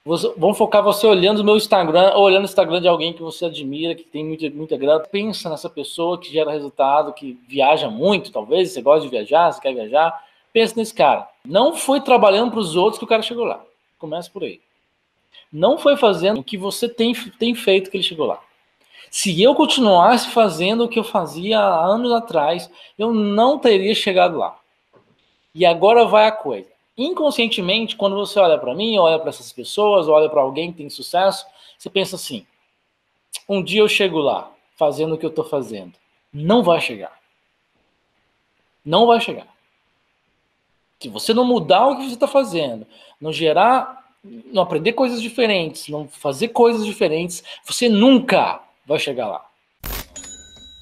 Vamos focar você olhando o meu Instagram, ou olhando o Instagram de alguém que você admira, que tem muita grana. Pensa nessa pessoa que gera resultado, que viaja muito, talvez. Você gosta de viajar, você quer viajar. Pensa nesse cara. Não foi trabalhando para os outros que o cara chegou lá. Começa por aí. Não foi fazendo o que você tem feito que ele chegou lá. Se eu continuasse fazendo o que eu fazia há anos atrás, eu não teria chegado lá. E agora vai a coisa. Inconscientemente, quando você olha para mim, olha para essas pessoas, olha para alguém que tem sucesso, você pensa assim: um dia eu chego lá, fazendo o que eu estou fazendo. Não vai chegar. Não vai chegar. Se você não mudar o que você está fazendo, não gerar, não aprender coisas diferentes, não fazer coisas diferentes, você nunca vai chegar lá.